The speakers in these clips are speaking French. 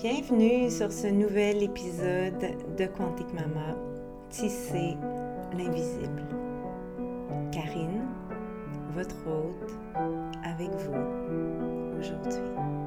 Bienvenue sur ce nouvel épisode de Quantique Mama, Tisser l'invisible. Karine, votre hôte, avec vous aujourd'hui.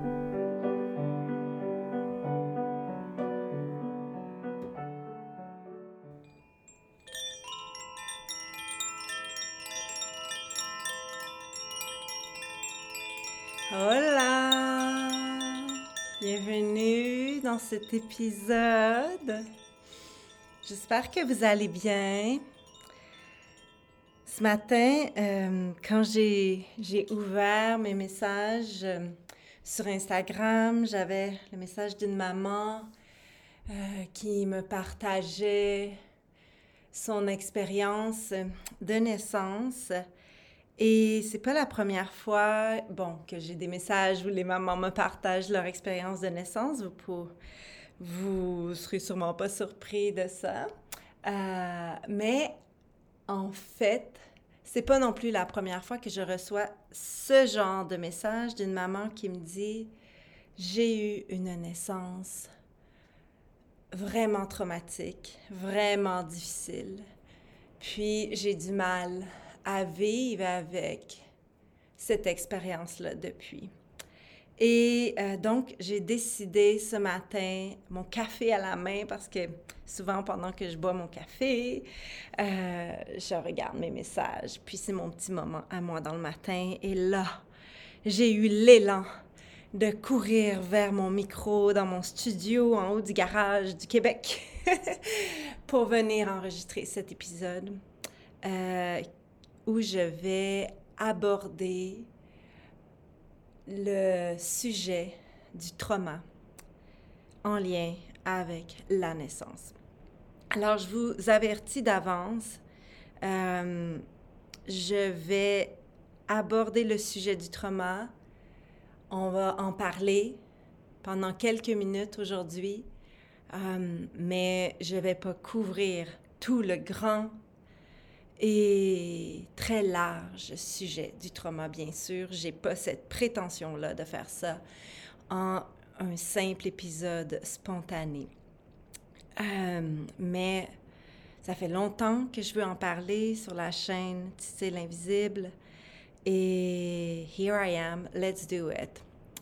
Hola! Bienvenue dans cet épisode. J'espère que vous allez bien. Ce matin, quand j'ai ouvert mes messages sur Instagram, j'avais le message d'une maman qui me partageait son expérience de naissance. Et c'est pas la première fois, que j'ai des messages où les mamans me partagent leur expérience de naissance. Vous serez sûrement pas surpris de ça. Mais en fait, c'est pas non plus la première fois que je reçois ce genre de message d'une maman qui me dit « J'ai eu une naissance vraiment traumatique, vraiment difficile, puis j'ai du mal à vivre avec cette expérience-là depuis. » Et donc, j'ai décidé ce matin, mon café à la main, parce que souvent, pendant que je bois mon café, je regarde mes messages, puis c'est mon petit moment à moi dans le matin. Et là, j'ai eu l'élan de courir vers mon micro dans mon studio en haut du garage du Québec pour venir enregistrer cet épisode où je vais aborder le sujet du trauma en lien avec la naissance. Alors, je vous avertis d'avance, je vais aborder le sujet du trauma. On va en parler pendant quelques minutes aujourd'hui, mais je ne vais pas couvrir tout le grand et très large sujet du trauma, bien sûr. J'ai pas cette prétention-là de faire ça en un simple épisode spontané. Mais ça fait longtemps que je veux en parler sur la chaîne Tisser l'invisible. Et here I am, let's do it.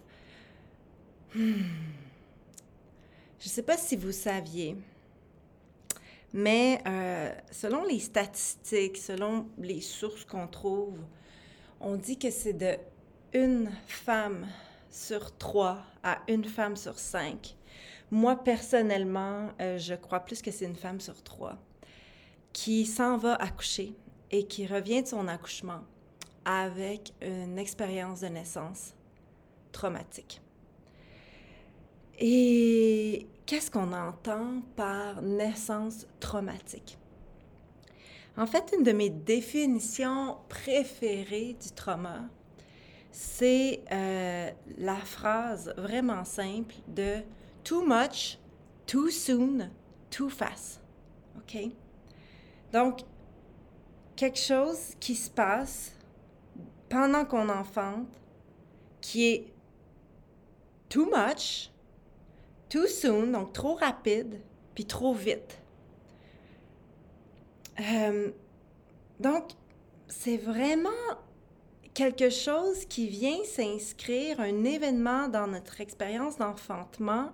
Je sais pas si vous saviez, mais selon les statistiques, selon les sources qu'on trouve, on dit que c'est de 1 femme sur 3 à 1 femme sur 5. Moi, personnellement, je crois plus que c'est 1 femme sur 3 qui s'en va accoucher et qui revient de son accouchement avec une expérience de naissance traumatique. Et qu'est-ce qu'on entend par naissance traumatique? En fait, une de mes définitions préférées du trauma, c'est la phrase vraiment simple de « too much, too soon, too fast ». OK? Donc, quelque chose qui se passe pendant qu'on enfante, qui est too much, too soon, donc trop rapide, puis trop vite. Donc, c'est vraiment quelque chose qui vient s'inscrire, un événement dans notre expérience d'enfantement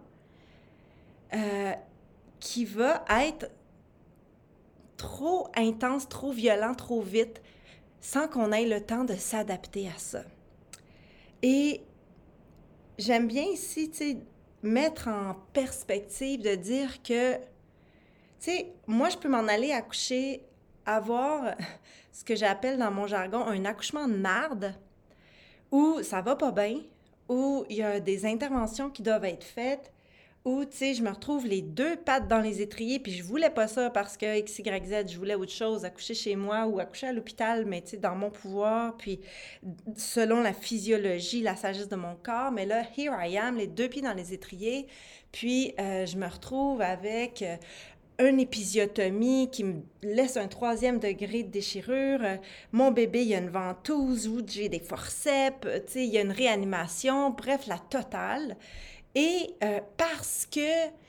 qui va être trop intense, trop violent, trop vite, sans qu'on ait le temps de s'adapter à ça. Et j'aime bien ici, mettre en perspective de dire que, moi, je peux m'en aller accoucher, avoir ce que j'appelle dans mon jargon un accouchement de marde, où ça va pas bien, où il y a des interventions qui doivent être faites, où, je me retrouve les 2 pattes dans les étriers, puis je voulais pas ça parce que X, Y, Z, je voulais autre chose, accoucher chez moi ou accoucher à l'hôpital, mais dans mon pouvoir, puis selon la physiologie, la sagesse de mon corps. Mais là, here I am, les 2 pieds dans les étriers, puis je me retrouve avec une épisiotomie qui me laisse un 3e degré de déchirure. Mon bébé, il y a une ventouse où j'ai des forceps, il y a une réanimation, bref, la totale. Et parce que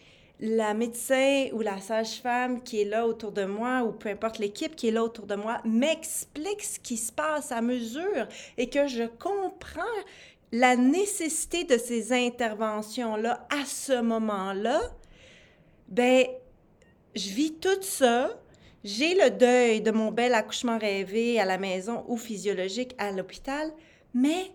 la médecin ou la sage-femme qui est là autour de moi, ou peu importe l'équipe qui est là autour de moi, m'explique ce qui se passe à mesure et que je comprends la nécessité de ces interventions-là à ce moment-là, ben, je vis tout ça. J'ai le deuil de mon bel accouchement rêvé à la maison ou physiologique à l'hôpital, mais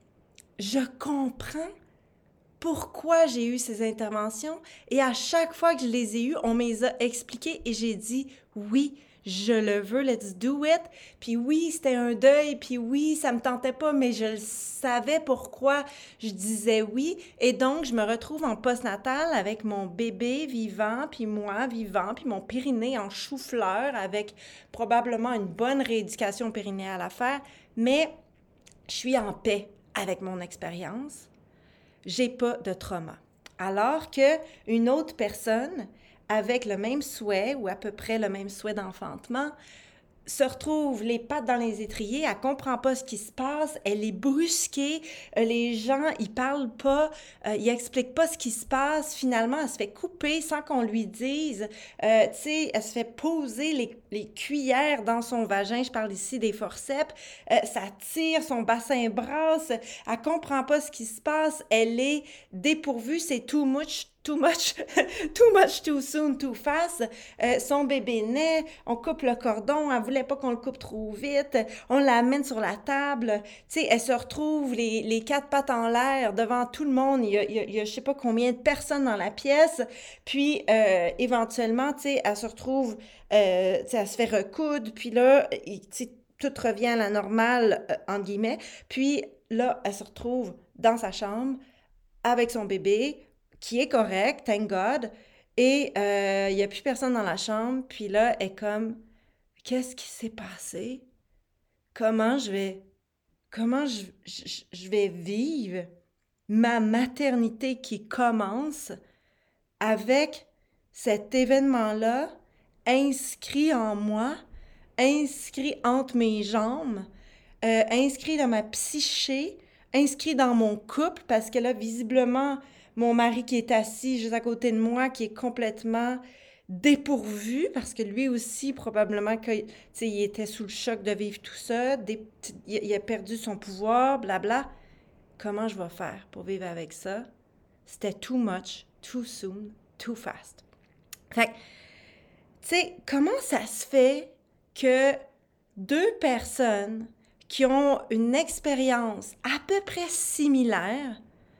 je comprends pourquoi j'ai eu ces interventions et à chaque fois que je les ai eues, on me les a expliquées et j'ai dit oui, je le veux, let's do it. Puis oui, c'était un deuil, puis oui, ça me tentait pas, mais je le savais pourquoi je disais oui. Et donc, je me retrouve en postnatal avec mon bébé vivant, puis moi vivant, puis mon périnée en chou-fleur avec probablement une bonne rééducation périnéale à faire, mais je suis en paix avec mon expérience. J'ai pas de trauma. Alors qu'une autre personne avec le même souhait ou à peu près le même souhait d'enfantement se retrouve les pattes dans les étriers, elle comprend pas ce qui se passe, elle est brusquée, les gens, ils parlent pas, ils expliquent pas ce qui se passe, finalement, elle se fait couper sans qu'on lui dise, tu sais, elle se fait poser les cuillères dans son vagin, je parle ici des forceps, ça tire, son bassin brasse, elle comprend pas ce qui se passe, elle est dépourvue, c'est too much, too much, too much, too soon, too fast. Son bébé naît, on coupe le cordon, elle voulait pas qu'on le coupe trop vite, on l'amène sur la table, tu sais, elle se retrouve les quatre pattes en l'air devant tout le monde, il y a je sais pas combien de personnes dans la pièce, puis éventuellement, tu sais, elle se retrouve, tu sais, elle se fait recoudre, puis là, tu sais, tout revient à la normale, entre guillemets, puis là, elle se retrouve dans sa chambre avec son bébé, qui est correct, thank God, et il n'y a plus personne dans la chambre, puis là, elle est comme, qu'est-ce qui s'est passé? Comment je vais, comment je vais vivre ma maternité qui commence avec cet événement-là inscrit en moi, inscrit entre mes jambes, inscrit dans ma psyché, inscrit dans mon couple, parce que là, visiblement, mon mari qui est assis juste à côté de moi, qui est complètement dépourvu, parce que lui aussi, probablement, il était sous le choc de vivre tout ça, il a perdu son pouvoir, blabla. Comment je vais faire pour vivre avec ça? C'était too much, too soon, too fast. Fait que, tu sais, comment ça se fait que deux personnes qui ont une expérience à peu près similaire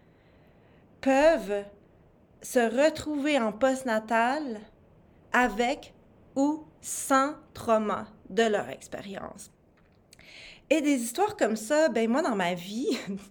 peuvent se retrouver en postnatal avec ou sans trauma de leur expérience? Et des histoires comme ça, ben moi, dans ma vie,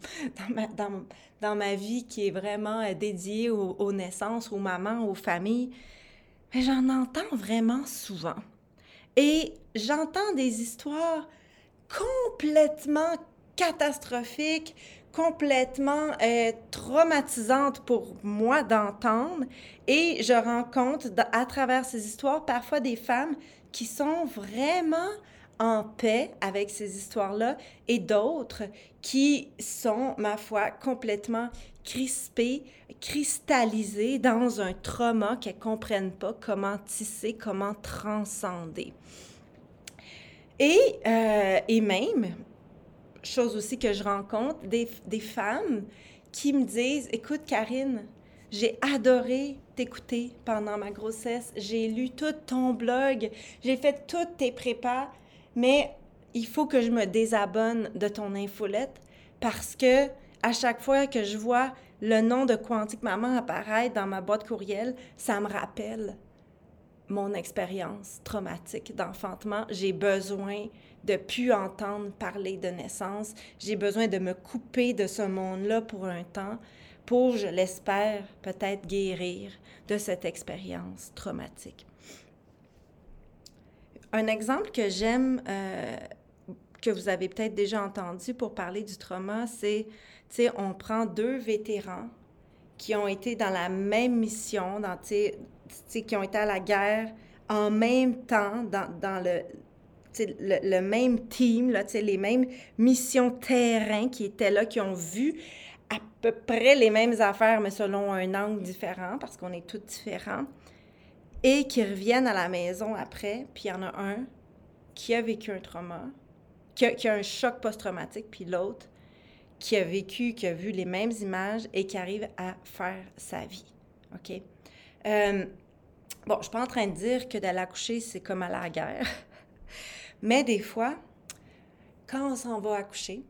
dans ma vie qui est vraiment dédiée aux naissances, aux mamans, aux familles, ben j'en entends vraiment souvent. Et j'entends des histoires complètement catastrophiques, complètement traumatisantes pour moi d'entendre. Et je rencontre à travers ces histoires parfois des femmes qui sont vraiment en paix avec ces histoires-là et d'autres qui sont, ma foi, complètement crispées, cristallisées dans un trauma qu'elles ne comprennent pas comment tisser, comment transcender. Et même, chose aussi que je rencontre, des femmes qui me disent « Écoute, Karine, j'ai adoré t'écouter pendant ma grossesse. J'ai lu tout ton blog, j'ai fait toutes tes prépas, mais il faut que je me désabonne de ton infolette parce que à chaque fois que je vois le nom de Quantique Maman apparaître dans ma boîte courriel, ça me rappelle mon expérience traumatique d'enfantement. J'ai besoin de plus entendre parler de naissance. J'ai besoin de me couper de ce monde-là pour un temps, pour, je l'espère, peut-être guérir de cette expérience traumatique. Un exemple que j'aime, que vous avez peut-être déjà entendu pour parler du trauma, c'est, tu sais, on prend deux vétérans qui ont été dans la même mission, qui ont été à la guerre en même temps, dans le même team, là, les mêmes missions terrain qui étaient là, qui ont vu à peu près les mêmes affaires, mais selon un angle différent, parce qu'on est tous différents, et qui reviennent à la maison après, puis il y en a un qui a vécu un trauma, qui a un choc post-traumatique, puis l'autre qui a vécu, qui a vu les mêmes images et qui arrive à faire sa vie. OK? Bon, je ne suis pas en train de dire que d'aller accoucher, c'est comme aller à la guerre. Mais des fois, quand on s'en va accoucher,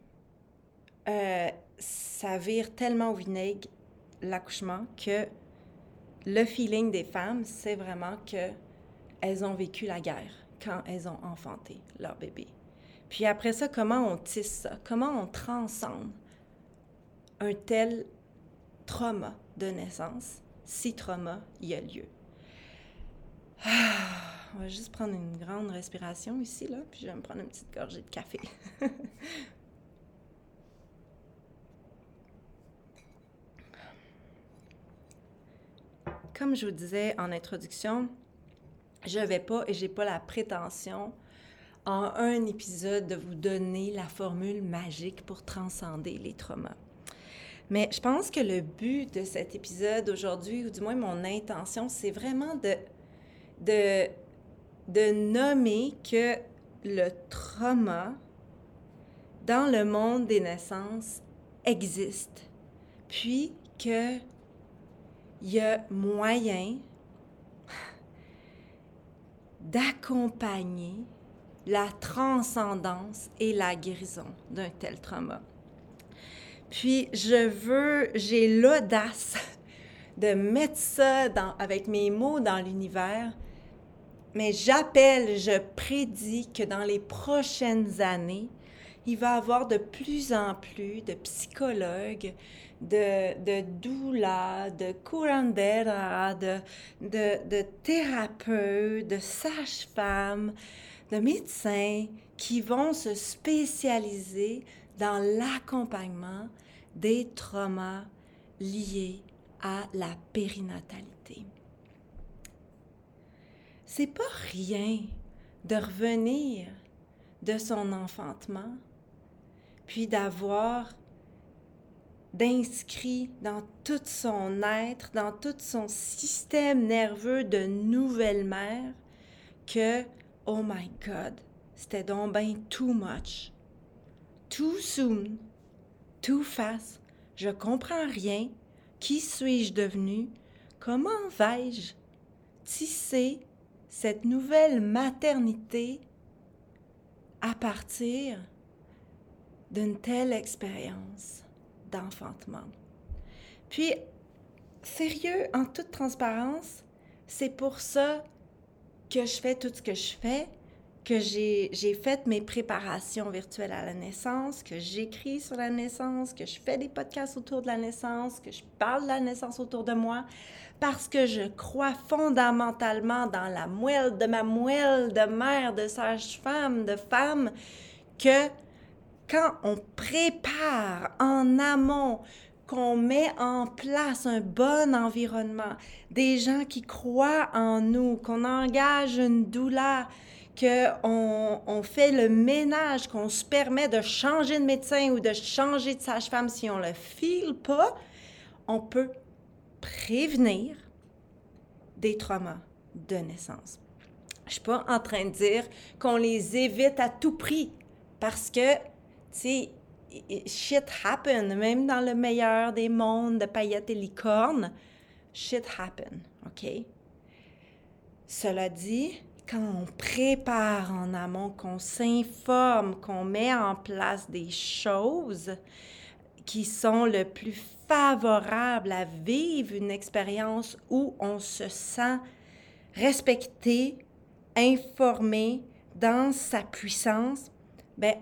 ça vire tellement au vinaigre l'accouchement que le feeling des femmes, c'est vraiment qu'elles ont vécu la guerre quand elles ont enfanté leur bébé. Puis après ça, comment on tisse ça? Comment on transcende un tel trauma de naissance, si trauma il y a lieu? On va juste prendre une grande respiration ici, là, puis je vais me prendre une petite gorgée de café. Comme je vous disais en introduction, je ne vais pas et je n'ai pas la prétention en un épisode de vous donner la formule magique pour transcender les traumas. Mais je pense que le but de cet épisode aujourd'hui, ou du moins mon intention, c'est vraiment de nommer que le trauma dans le monde des naissances existe, puis qu'il y a moyen d'accompagner la transcendance et la guérison d'un tel trauma. Puis j'ai l'audace de mettre ça avec mes mots dans l'univers, mais je prédis que dans les prochaines années, il va y avoir de plus en plus de psychologues, de doulas, de curanderas, de thérapeutes, de sages-femmes, de médecins qui vont se spécialiser dans l'accompagnement des traumas liés à la périnatalité. C'est pas rien de revenir de son enfantement, puis d'inscrit dans tout son être, dans tout son système nerveux de nouvelle mère, que, oh my God, c'était donc ben too much, too soon, too fast, je comprends rien, qui suis-je devenue, comment vais-je tisser cette nouvelle maternité à partir d'une telle expérience d'enfantement. Puis, sérieux, en toute transparence, c'est pour ça que je fais tout ce que je fais, que j'ai fait mes préparations virtuelles à la naissance, que j'écris sur la naissance, que je fais des podcasts autour de la naissance, que je parle de la naissance autour de moi, parce que je crois fondamentalement dans la moelle de ma moelle de mère, de sage-femme, de femme, que quand on prépare en amont, qu'on met en place un bon environnement, des gens qui croient en nous, qu'on engage une doula, qu'on fait le ménage, qu'on se permet de changer de médecin ou de changer de sage-femme si on ne le file pas, on peut prévenir des traumas de naissance. Je ne suis pas en train de dire qu'on les évite à tout prix parce que, tu sais, shit happen, même dans le meilleur des mondes de paillettes et licornes, shit happen, OK? Cela dit, quand on prépare en amont, qu'on s'informe, qu'on met en place des choses qui sont le plus favorables à vivre une expérience où on se sent respecté, informé dans sa puissance, bien,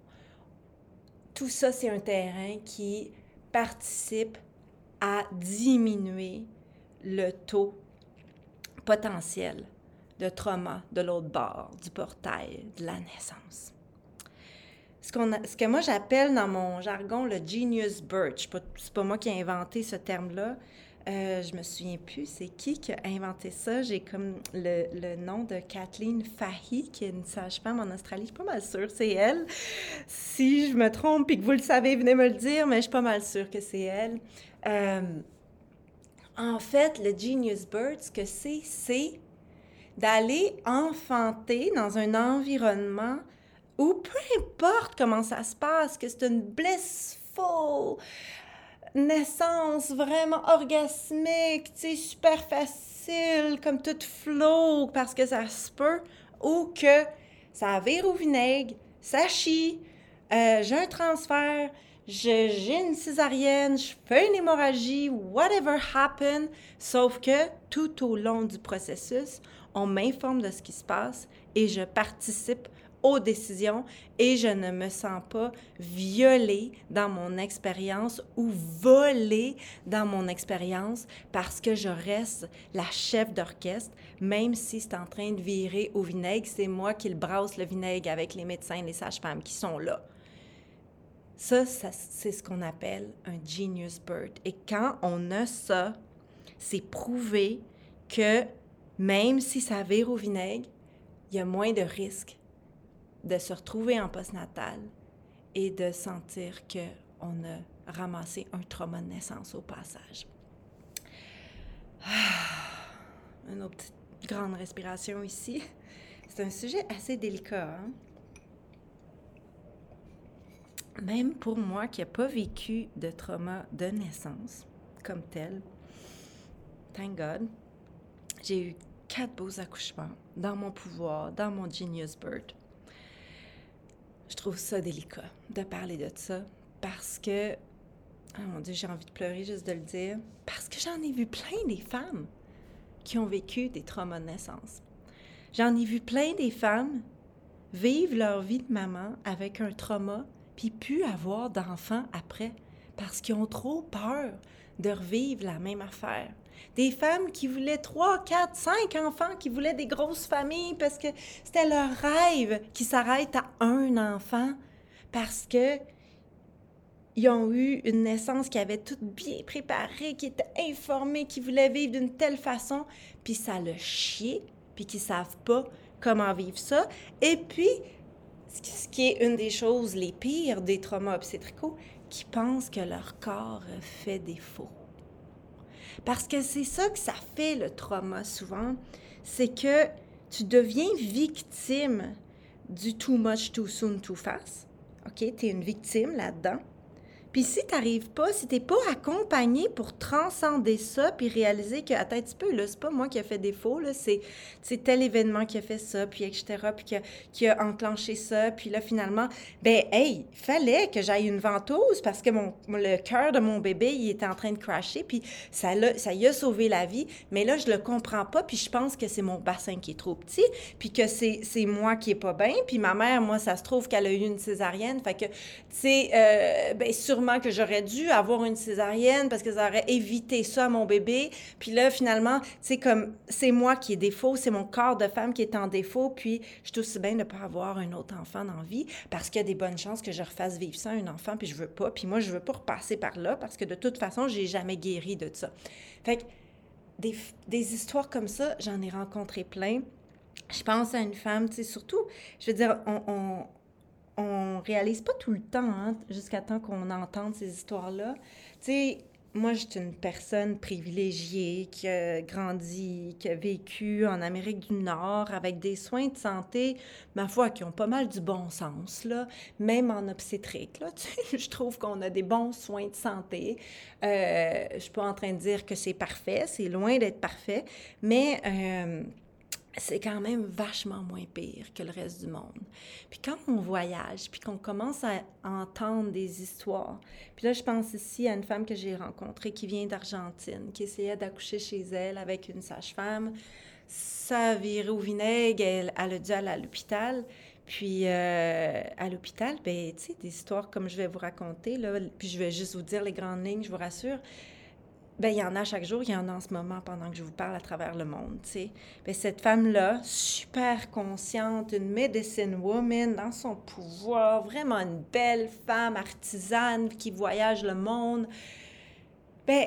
tout ça, c'est un terrain qui participe à diminuer le taux potentiel de trauma de l'autre bord du portail de la naissance. Ce que moi j'appelle dans mon jargon le genius birth, c'est pas moi qui ai inventé ce terme-là, Je me souviens plus c'est qui a inventé ça. J'ai comme le nom de Kathleen Fahey, qui est une sage-femme en Australie. Je suis pas mal sûre, c'est elle. Si je me trompe et que vous le savez, venez me le dire, mais je suis pas mal sûre que c'est elle. Euh, En fait, le Genius Bird, ce que c'est d'aller enfanter dans un environnement où peu importe comment ça se passe, que c'est une blissful naissance vraiment orgasmique, tu sais, super facile, comme tout flow, parce que ça se peut, ou que ça vire au vinaigre, ça chie, j'ai un transfert, j'ai une césarienne, je fais une hémorragie, whatever happened, sauf que tout au long du processus, on m'informe de ce qui se passe et je participe aux décisions et je ne me sens pas violée dans mon expérience ou volée dans mon expérience parce que je reste la chef d'orchestre, même si c'est en train de virer au vinaigre, c'est moi qui le brasse le vinaigre avec les médecins, les sages-femmes qui sont là. Ça, c'est ce qu'on appelle un genius birth. Et quand on a ça, c'est prouvé que même si ça vire au vinaigre, il y a moins de risques de se retrouver en postnatal et de sentir qu'on a ramassé un trauma de naissance au passage. Une autre petite grande respiration ici. C'est un sujet assez délicat, hein? Même pour moi qui n'ai pas vécu de trauma de naissance comme tel, thank God, j'ai eu 4 beaux accouchements dans mon pouvoir, dans mon Genius Birth. Je trouve ça délicat de parler de ça parce que, oh mon Dieu, j'ai envie de pleurer juste de le dire, parce que j'en ai vu plein des femmes qui ont vécu des traumas de naissance. J'en ai vu plein des femmes vivre leur vie de maman avec un trauma puis plus avoir d'enfants après parce qu'ils ont trop peur de revivre la même affaire. Des femmes qui voulaient 3, 4, 5 enfants, qui voulaient des grosses familles parce que c'était leur rêve qui s'arrête à un enfant parce que ils ont eu une naissance qui avait tout bien préparé, qui était informée, qui voulait vivre d'une telle façon, puis ça l'a chié, puis qu'ils ne savent pas comment vivre ça. Et puis, ce qui est une des choses les pires des traumas obstétricaux, qui pensent que leur corps fait défaut. Parce que c'est ça que ça fait, le trauma, souvent, c'est que tu deviens victime du too much, too soon, too fast. OK? Tu es une victime là-dedans. Puis si tu n'arrives pas, si tu n'es pas accompagné pour transcender ça, puis réaliser que, attends un petit peu, là, c'est pas moi qui a fait défaut, là, c'est tel événement qui a fait ça, puis etc., puis qui a enclenché ça, puis là, finalement, ben hey, il fallait que j'aille une ventouse parce que le cœur de mon bébé, il était en train de crasher, puis ça y a sauvé la vie, mais là, je le comprends pas, puis je pense que c'est mon bassin qui est trop petit, puis que c'est moi qui est pas bien, puis ma mère, moi, ça se trouve qu'elle a eu une césarienne, fait que, tu sais, ben sûrement que j'aurais dû avoir une césarienne parce que ça aurait évité ça à mon bébé. Puis là, finalement, comme c'est moi qui ai défaut, c'est mon corps de femme qui est en défaut, puis je suis aussi bien de ne pas avoir un autre enfant dans la vie parce qu'il y a des bonnes chances que je refasse vivre ça à un enfant, puis je veux pas. Puis moi, je veux pas repasser par là parce que de toute façon, j'ai jamais guéri de ça. Fait que des histoires comme ça, j'en ai rencontré plein. Je pense à une femme, tu sais, surtout, je veux dire, on réalise pas tout le temps, hein, jusqu'à temps qu'on entende ces histoires-là. Tu sais, moi, je suis une personne privilégiée qui a grandi, qui a vécu en Amérique du Nord avec des soins de santé, ma foi, qui ont pas mal du bon sens, là, même en obstétrique, là, tu sais, je trouve qu'on a des bons soins de santé. Je suis pas en train de dire que c'est parfait, c'est loin d'être parfait, mais c'est quand même vachement moins pire que le reste du monde. Puis quand on voyage, puis qu'on commence à entendre des histoires, puis là, je pense ici à une femme que j'ai rencontrée qui vient d'Argentine, qui essayait d'accoucher chez elle avec une sage-femme. Ça a viré au vinaigre, elle a dû aller à l'hôpital. Puis à l'hôpital, ben tu sais, des histoires comme je vais vous raconter, là, puis je vais juste vous dire les grandes lignes, je vous rassure. Ben, il y en a chaque jour, il y en a en ce moment pendant que je vous parle à travers le monde, tu sais. Ben, cette femme-là, super consciente, une medicine woman dans son pouvoir, vraiment une belle femme artisane qui voyage le monde, ben,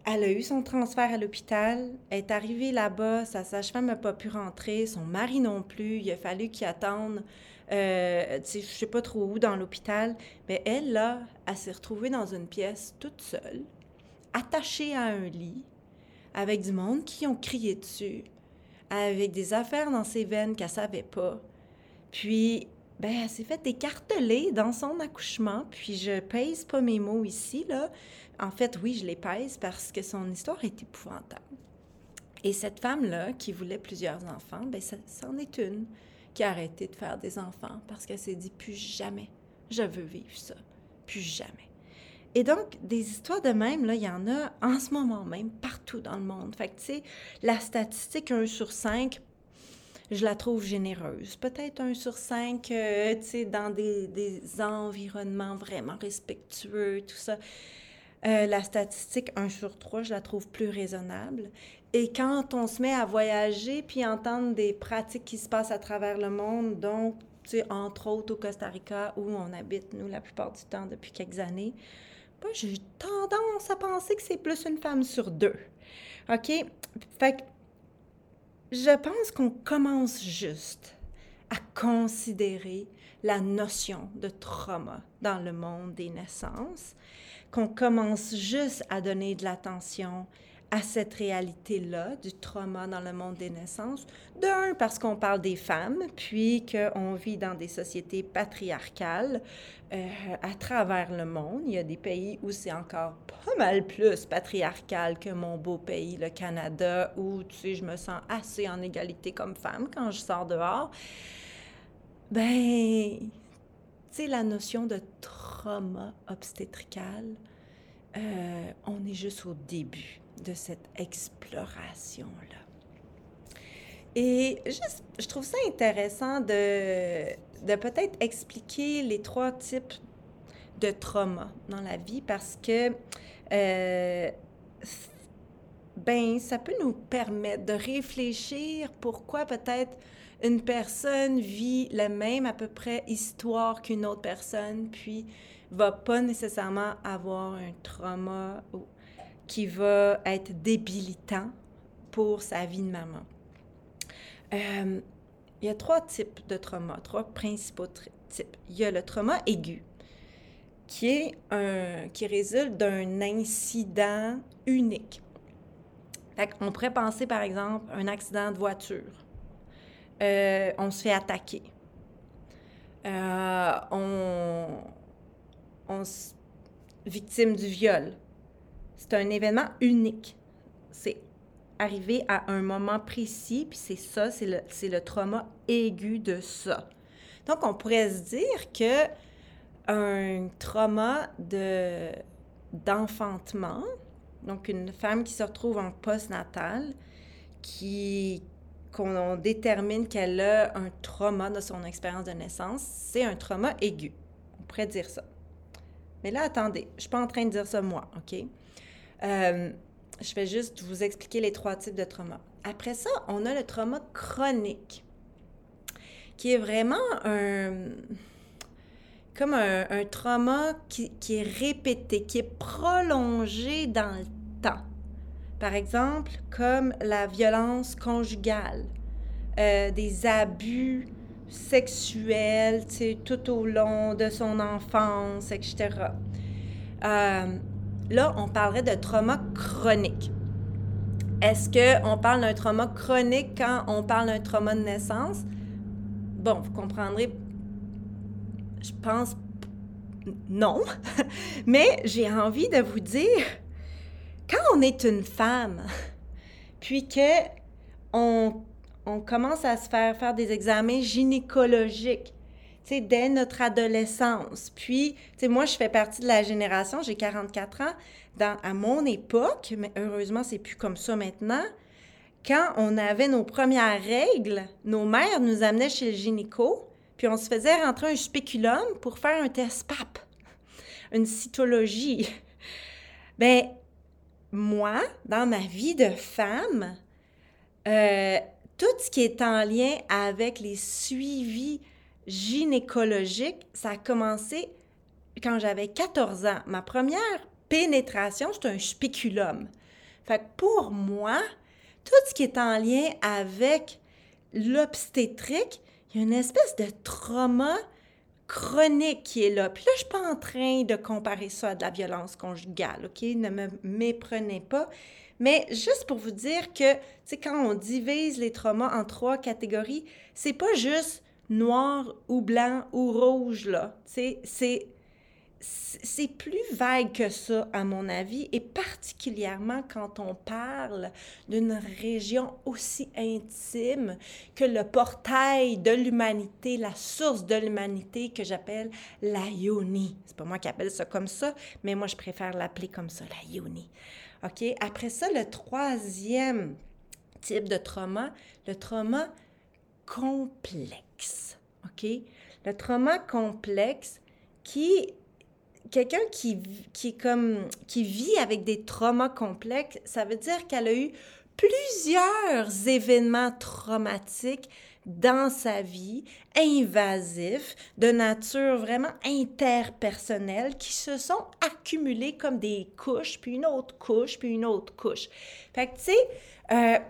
Elle a eu son transfert à l'hôpital, elle est arrivée là-bas, sa sage-femme n'a pas pu rentrer, son mari non plus, il a fallu qu'il attende, tu sais, je sais pas trop où dans l'hôpital, mais elle, là, elle s'est retrouvée dans une pièce toute seule, attachée à un lit, avec du monde qui ont crié dessus, avec des affaires dans ses veines qu'elle savait pas. Puis, ben, elle s'est fait écarteler dans son accouchement, puis je pèse pas mes mots ici, là. En fait, oui, je les pèse parce que son histoire est épouvantable. Et cette femme-là, qui voulait plusieurs enfants, ben, c'en est une qui a arrêté de faire des enfants parce qu'elle s'est dit « plus jamais, je veux vivre ça, plus jamais ». Et donc, des histoires de même, là, il y en a en ce moment même, partout dans le monde. Fait que, tu sais, la statistique 1 sur 5, je la trouve généreuse. Peut-être 1 sur 5, tu sais, dans des environnements vraiment respectueux, tout ça. La statistique 1 sur 3, je la trouve plus raisonnable. Et quand on se met à voyager puis entendre des pratiques qui se passent à travers le monde, donc, tu sais, entre autres au Costa Rica, où on habite, nous, la plupart du temps, depuis quelques années, moi, j'ai tendance à penser que c'est plus une femme sur 2. OK? Fait que je pense qu'on commence juste à considérer la notion de trauma dans le monde des naissances, qu'on commence juste à donner de l'attention à cette réalité-là du trauma dans le monde des naissances. D'un, parce qu'on parle des femmes, puis qu'on vit dans des sociétés patriarcales à travers le monde. Il y a des pays où c'est encore pas mal plus patriarcal que mon beau pays, le Canada, où, tu sais, je me sens assez en égalité comme femme quand je sors dehors. Ben, tu sais, la notion de trauma obstétrical, on est juste au début de cette exploration-là. Et juste, je trouve ça intéressant de peut-être expliquer les 3 types de trauma dans la vie parce que ben, ça peut nous permettre de réfléchir pourquoi peut-être une personne vit la même à peu près histoire qu'une autre personne, puis va pas nécessairement avoir un trauma qui va être débilitant pour sa vie de maman. Il y a 3 types de trauma, 3 principaux types. Il y a le trauma aigu, qui résulte d'un incident unique. On pourrait penser, par exemple, un accident de voiture. On se fait attaquer. Victime du viol. C'est un événement unique. C'est arrivé à un moment précis, puis c'est ça, c'est le trauma aigu de ça. Donc, on pourrait se dire que un trauma d'enfantement, donc une femme qui se retrouve en postnatal, qu'on détermine qu'elle a un trauma de son expérience de naissance, c'est un trauma aigu. On pourrait dire ça. Mais là, attendez, je ne suis pas en train de dire ça moi, OK? Je vais juste vous expliquer les 3 types de trauma. Après ça, on a le trauma chronique, qui est vraiment un trauma qui est répété, qui est prolongé dans le temps. Par exemple, comme la violence conjugale, des abus sexuels, tu sais, tout au long de son enfance, etc. Là, on parlerait de trauma chronique. Est-ce qu'on parle d'un trauma chronique quand on parle d'un trauma de naissance? Bon, vous comprendrez, je pense non, mais j'ai envie de vous dire, quand on est une femme, puis qu'on commence à se faire des examens gynécologiques, tu sais, dès notre adolescence. Puis, tu sais, moi, je fais partie de la génération, j'ai 44 ans, à mon époque, mais heureusement, c'est plus comme ça maintenant, quand on avait nos premières règles, nos mères nous amenaient chez le gynéco, puis on se faisait rentrer un spéculum pour faire un test PAP, une cytologie. Bien, moi, dans ma vie de femme, tout ce qui est en lien avec les suivis gynécologiques, ça a commencé quand j'avais 14 ans. Ma première pénétration, c'était un spéculum. Fait que pour moi, tout ce qui est en lien avec l'obstétrique, il y a une espèce de trauma chronique qui est là. Puis là, je ne suis pas en train de comparer ça à de la violence conjugale, OK? Ne me méprenez pas. Mais juste pour vous dire que, tu sais, quand on divise les traumas en 3 catégories, c'est pas juste noir ou blanc ou rouge, là. Tu sais, c'est plus vague que ça, à mon avis, et particulièrement quand on parle d'une région aussi intime que le portail de l'humanité, la source de l'humanité que j'appelle la yoni. C'est pas moi qui appelle ça comme ça, mais moi, je préfère l'appeler comme ça, la yoni. OK? Après ça, le 3e type de trauma, le trauma complexe. OK? Le trauma complexe quelqu'un qui vit avec des traumas complexes, ça veut dire qu'elle a eu plusieurs événements traumatiques dans sa vie, invasifs, de nature vraiment interpersonnelle, qui se sont accumulés comme des couches, puis une autre couche, puis une autre couche. Fait que, tu sais,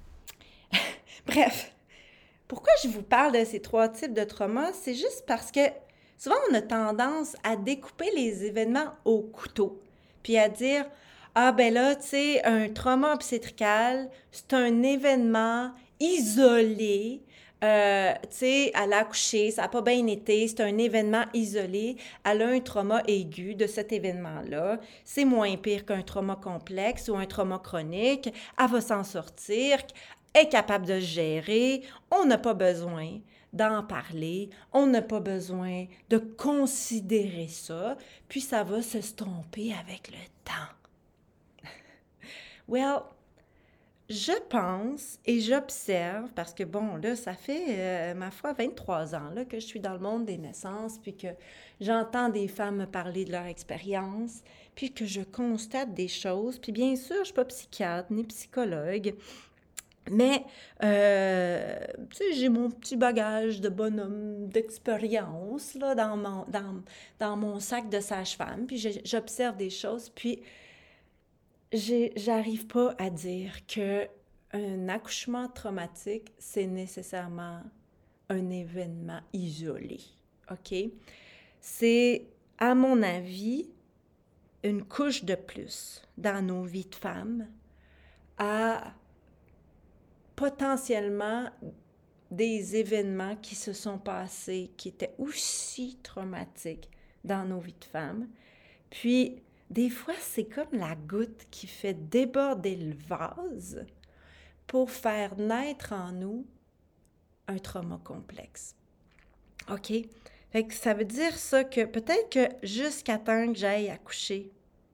bref, pourquoi je vous parle de ces 3 types de traumas? C'est juste parce que souvent, on a tendance à découper les événements au couteau, puis à dire « Ah, ben là, tu sais, un trauma obstétrical, c'est un événement isolé, tu sais, elle a accouché, ça n'a pas bien été, c'est un événement isolé, elle a un trauma aigu de cet événement-là, c'est moins pire qu'un trauma complexe ou un trauma chronique, elle va s'en sortir, est capable de se gérer, on n'a pas besoin d'en parler, on n'a pas besoin de considérer ça, puis ça va s'estomper avec le temps. Well, je pense et j'observe, parce que bon, là, ça fait, ma foi, 23 ans là, que je suis dans le monde des naissances, puis que j'entends des femmes me parler de leur expérience, puis que je constate des choses, puis bien sûr, je ne suis pas psychiatre ni psychologue, mais, tu sais, j'ai mon petit bagage de bonhomme d'expérience là, dans mon sac de sage-femme, puis j'observe des choses, puis j'arrive pas à dire que un accouchement traumatique, c'est nécessairement un événement isolé, OK? C'est, à mon avis, une couche de plus dans nos vies de femmes à potentiellement des événements qui se sont passés, qui étaient aussi traumatiques dans nos vies de femmes. Puis, des fois, c'est comme la goutte qui fait déborder le vase pour faire naître en nous un trauma complexe. OK? Fait que ça veut dire ça que peut-être que jusqu'à temps que j'aille accoucher,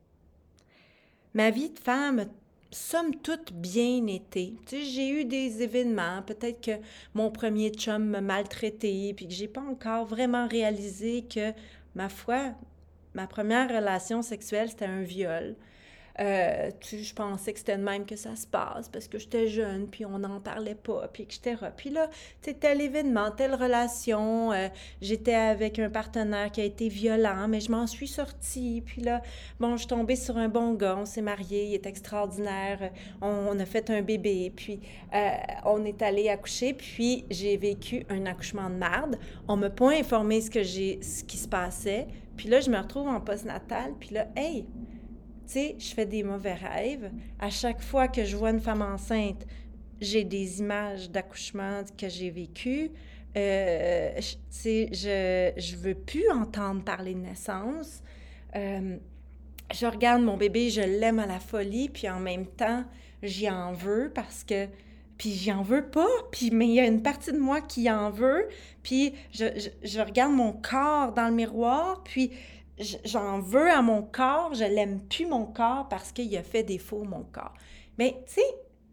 ma vie de femme a somme toute bien été. Tu sais, j'ai eu des événements, peut-être que mon premier chum m'a maltraité, puis que j'ai pas encore vraiment réalisé que, ma foi, ma première relation sexuelle, c'était un viol. Je pensais que c'était de même que ça se passe parce que j'étais jeune, puis on n'en parlait pas, puis etc. Puis là, tu sais, tel événement, telle relation, j'étais avec un partenaire qui a été violent, mais je m'en suis sortie. Puis là, bon, je suis tombée sur un bon gars, on s'est mariés, il est extraordinaire, on a fait un bébé, puis on est allé accoucher, puis j'ai vécu un accouchement de merde. On m'a pas informé ce qui se passait. Puis là, je me retrouve en postnatal, puis là, hey! Tu sais, je fais des mauvais rêves. À chaque fois que je vois une femme enceinte, j'ai des images d'accouchement que j'ai vécues. Tu sais, je veux plus entendre parler de naissance. Je regarde mon bébé, je l'aime à la folie, puis en même temps, j'y en veux parce que... Puis j'y en veux pas, mais il y a une partie de moi qui en veut, puis je regarde mon corps dans le miroir, puis j'en veux à mon corps, je l'aime plus mon corps parce qu'il a fait défaut mon corps. Mais tu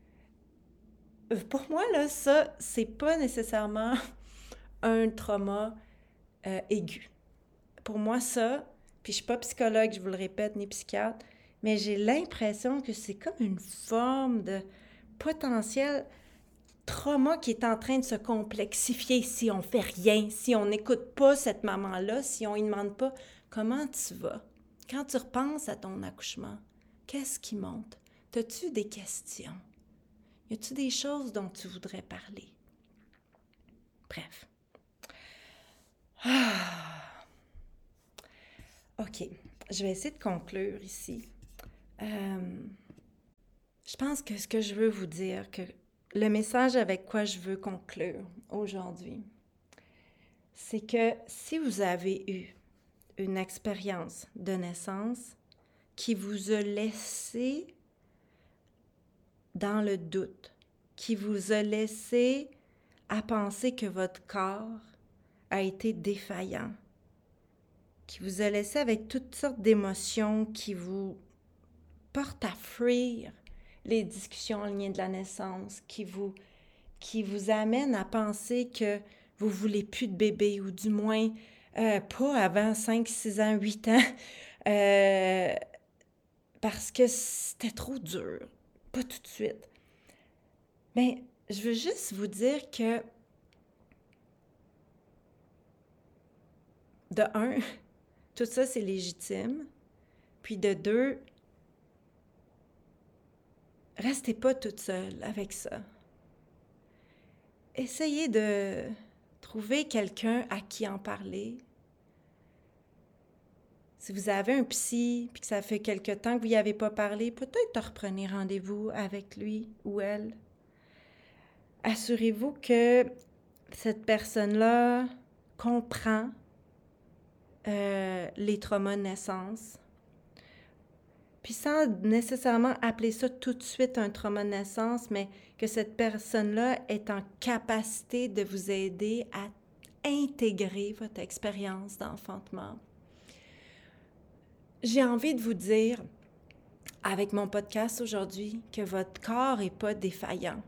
sais, pour moi, là, ça, c'est pas nécessairement un trauma aigu. Pour moi, ça, puis je suis pas psychologue, je vous le répète, ni psychiatre, mais j'ai l'impression que c'est comme une forme de potentiel trauma qui est en train de se complexifier si on fait rien, si on n'écoute pas cette maman-là, si on ne lui demande pas comment tu vas. Quand tu repenses à ton accouchement, qu'est-ce qui monte? T'as-tu des questions? Y a-tu des choses dont tu voudrais parler? Bref. OK, je vais essayer de conclure ici. Je pense que ce que je veux vous dire, que le message avec quoi je veux conclure aujourd'hui, c'est que si vous avez eu une expérience de naissance qui vous a laissé dans le doute, qui vous a laissé à penser que votre corps a été défaillant, qui vous a laissé avec toutes sortes d'émotions qui vous portent à fuir les discussions en lien de la naissance, qui vous amènent à penser que vous ne voulez plus de bébé, ou du moins pas avant 5, 6 ans, 8 ans, parce que c'était trop dur, pas tout de suite. Mais je veux juste vous dire que, de un, tout ça, c'est légitime. Puis de deux, restez pas toute seule avec ça. Essayez de trouver quelqu'un à qui en parler. Si vous avez un psy, puis que ça fait quelque temps que vous n'y avez pas parlé, peut-être reprenez rendez-vous avec lui ou elle. Assurez-vous que cette personne-là comprend les traumas de naissance. Puis sans nécessairement appeler ça tout de suite un trauma de naissance, mais que cette personne-là est en capacité de vous aider à intégrer votre expérience d'enfantement. J'ai envie de vous dire, avec mon podcast aujourd'hui, que votre corps n'est pas défaillant.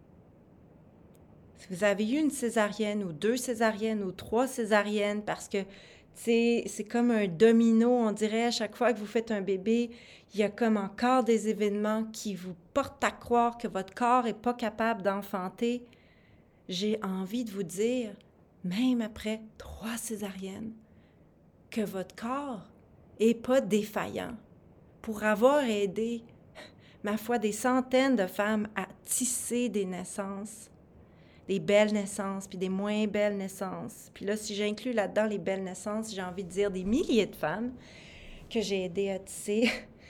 Si vous avez eu une césarienne ou 2 césariennes ou 3 césariennes, parce que c'est comme un domino, on dirait, à chaque fois que vous faites un bébé, il y a comme encore des événements qui vous portent à croire que votre corps n'est pas capable d'enfanter. J'ai envie de vous dire, même après 3 césariennes, que votre corps n'est pas défaillant. Pour avoir aidé, ma foi, des centaines de femmes à tisser des naissances, des belles naissances, puis des moins belles naissances. Puis là, si j'inclus là-dedans les belles naissances, j'ai envie de dire des milliers de femmes que j'ai aidées à tisser.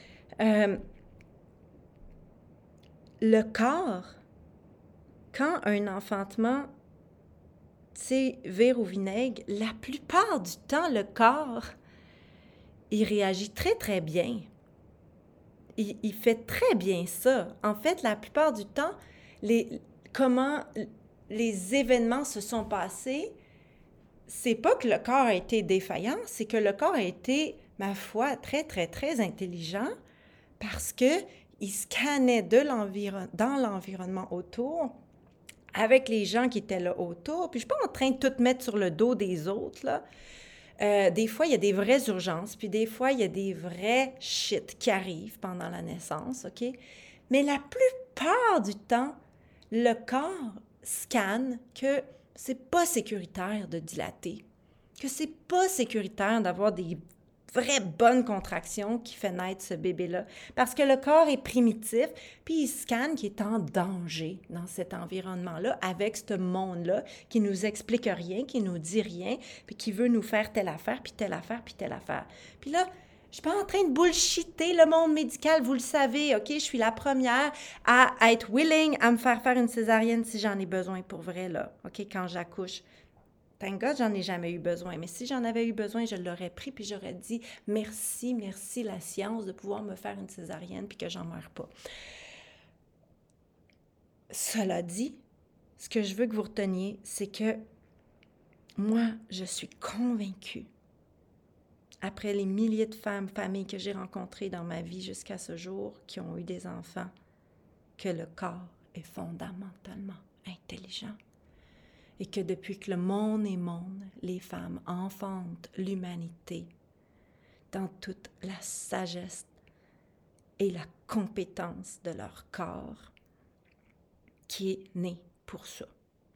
Le corps, quand un enfantement, vire au vinaigre, la plupart du temps, le corps, il réagit très, très bien. Il fait très bien ça. En fait, la plupart du temps, comment les événements se sont passés, c'est pas que le corps a été défaillant, c'est que le corps a été, ma foi, très, très, très intelligent parce qu'il scannait dans l'environnement autour avec les gens qui étaient là autour. Puis je suis pas en train de tout mettre sur le dos des autres, là. Des fois, il y a des vraies urgences, puis des fois, il y a des vrais shit qui arrivent pendant la naissance, OK? Mais la plupart du temps, le corps scanne que c'est pas sécuritaire de dilater, que c'est pas sécuritaire d'avoir des vraies bonnes contractions qui fait naître ce bébé-là. Parce que le corps est primitif, puis il scanne qu'il est en danger dans cet environnement-là, avec ce monde-là qui nous explique rien, qui nous dit rien, puis qui veut nous faire telle affaire, puis telle affaire, puis telle affaire. Puis là, je suis pas en train de bullshiter le monde médical, vous le savez, OK? Je suis la première à être willing à me faire une césarienne si j'en ai besoin pour vrai, là, OK? Quand j'accouche. Thank God, j'en ai jamais eu besoin. Mais si j'en avais eu besoin, je l'aurais pris puis j'aurais dit merci la science de pouvoir me faire une césarienne puis que j'en meure pas. Cela dit, ce que je veux que vous reteniez, c'est que moi, je suis convaincue, après les milliers de familles que j'ai rencontrées dans ma vie jusqu'à ce jour, qui ont eu des enfants, que le corps est fondamentalement intelligent. Et que depuis que le monde est monde, les femmes enfantent l'humanité dans toute la sagesse et la compétence de leur corps qui est né pour ça.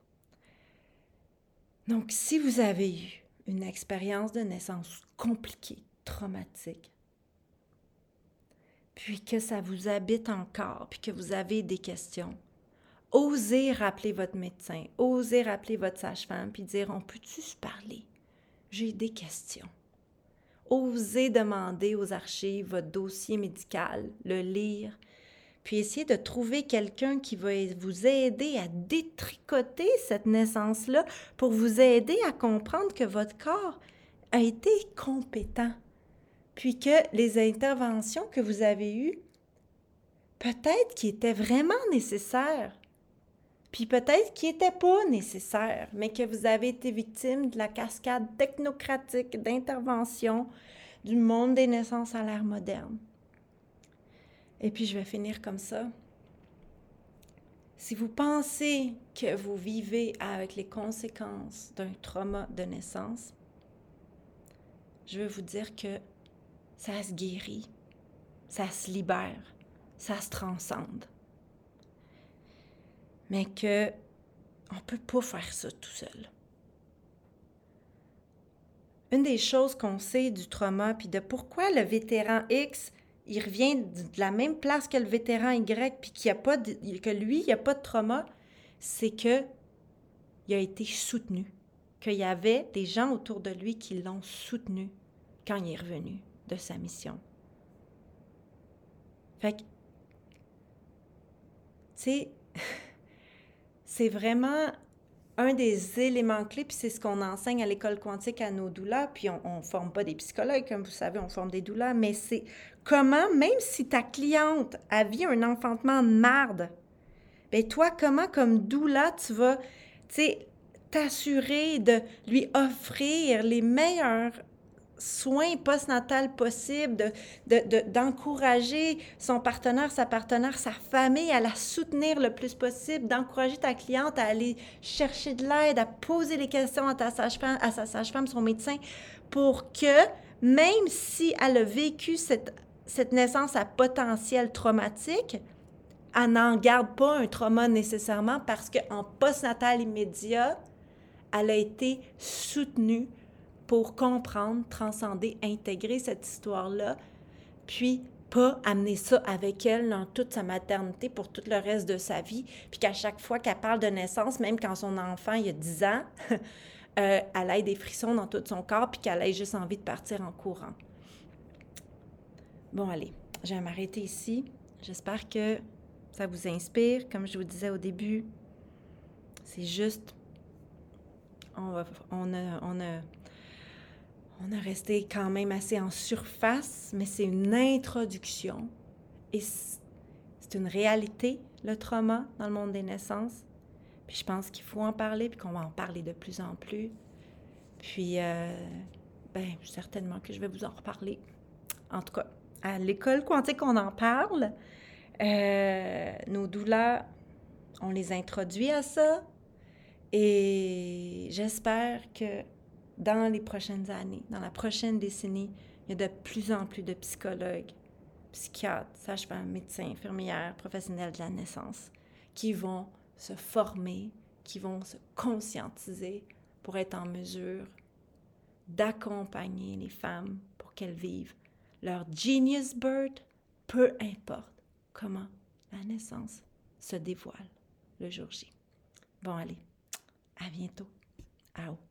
Donc, si vous avez eu une expérience de naissance compliquée, traumatique, puis que ça vous habite encore, puis que vous avez des questions, osez rappeler votre médecin, osez rappeler votre sage-femme, puis dire, on peut-tu se parler? J'ai des questions. Osez demander aux archives votre dossier médical, le lire, puis essayez de trouver quelqu'un qui va vous aider à détricoter cette naissance-là pour vous aider à comprendre que votre corps a été compétent, puis que les interventions que vous avez eues, peut-être qu'ils étaient vraiment nécessaires, puis peut-être qu'ils n'étaient pas nécessaires, mais que vous avez été victime de la cascade technocratique d'intervention du monde des naissances à l'ère moderne. Et puis, je vais finir comme ça. Si vous pensez que vous vivez avec les conséquences d'un trauma de naissance, je veux vous dire que ça se guérit, ça se libère, ça se transcende. Mais que on ne peut pas faire ça tout seul. Une des choses qu'on sait du trauma, puis de pourquoi le vétéran X, il revient de la même place que le vétéran Y, puis que lui, il n'y a pas de trauma, c'est qu'il a été soutenu, qu'il y avait des gens autour de lui qui l'ont soutenu quand il est revenu de sa mission. Fait que, tu sais, c'est vraiment un des éléments clés, puis c'est ce qu'on enseigne à l'école quantique à nos doulas, puis on ne forme pas des psychologues, comme vous savez, on forme des doulas, mais c'est comment, même si ta cliente a vu un enfantement de marde, bien toi, comment comme doula, tu vas, tu sais, t'assurer de lui offrir les meilleurs soins postnatals possibles, d'encourager son partenaire, sa partenaire, sa famille à la soutenir le plus possible, d'encourager ta cliente à aller chercher de l'aide, à poser des questions à sa sage-femme, son médecin, pour que, même si elle a vécu cette naissance à potentiel traumatique, elle n'en garde pas un trauma nécessairement parce qu'en postnatal immédiat, elle a été soutenue pour comprendre, transcender, intégrer cette histoire-là, puis pas amener ça avec elle dans toute sa maternité pour tout le reste de sa vie, puis qu'à chaque fois qu'elle parle de naissance, même quand son enfant il y a 10 ans, elle ait des frissons dans tout son corps, puis qu'elle ait juste envie de partir en courant. Bon, allez, je vais m'arrêter ici. J'espère que ça vous inspire. Comme je vous disais au début, c'est juste... On a resté quand même assez en surface, mais c'est une introduction. Et c'est une réalité, le trauma, dans le monde des naissances. Puis je pense qu'il faut en parler, puis qu'on va en parler de plus en plus. Puis, certainement que je vais vous en reparler. En tout cas, à l'école quantique, on en parle. Nos doulas, on les introduit à ça. Et j'espère que dans les prochaines années, dans la prochaine décennie, il y a de plus en plus de psychologues, psychiatres, sages-femmes, médecins, infirmières, professionnels de la naissance qui vont se former, qui vont se conscientiser pour être en mesure d'accompagner les femmes pour qu'elles vivent leur genius birth, peu importe comment la naissance se dévoile le jour J. Bon, allez, à bientôt. Au.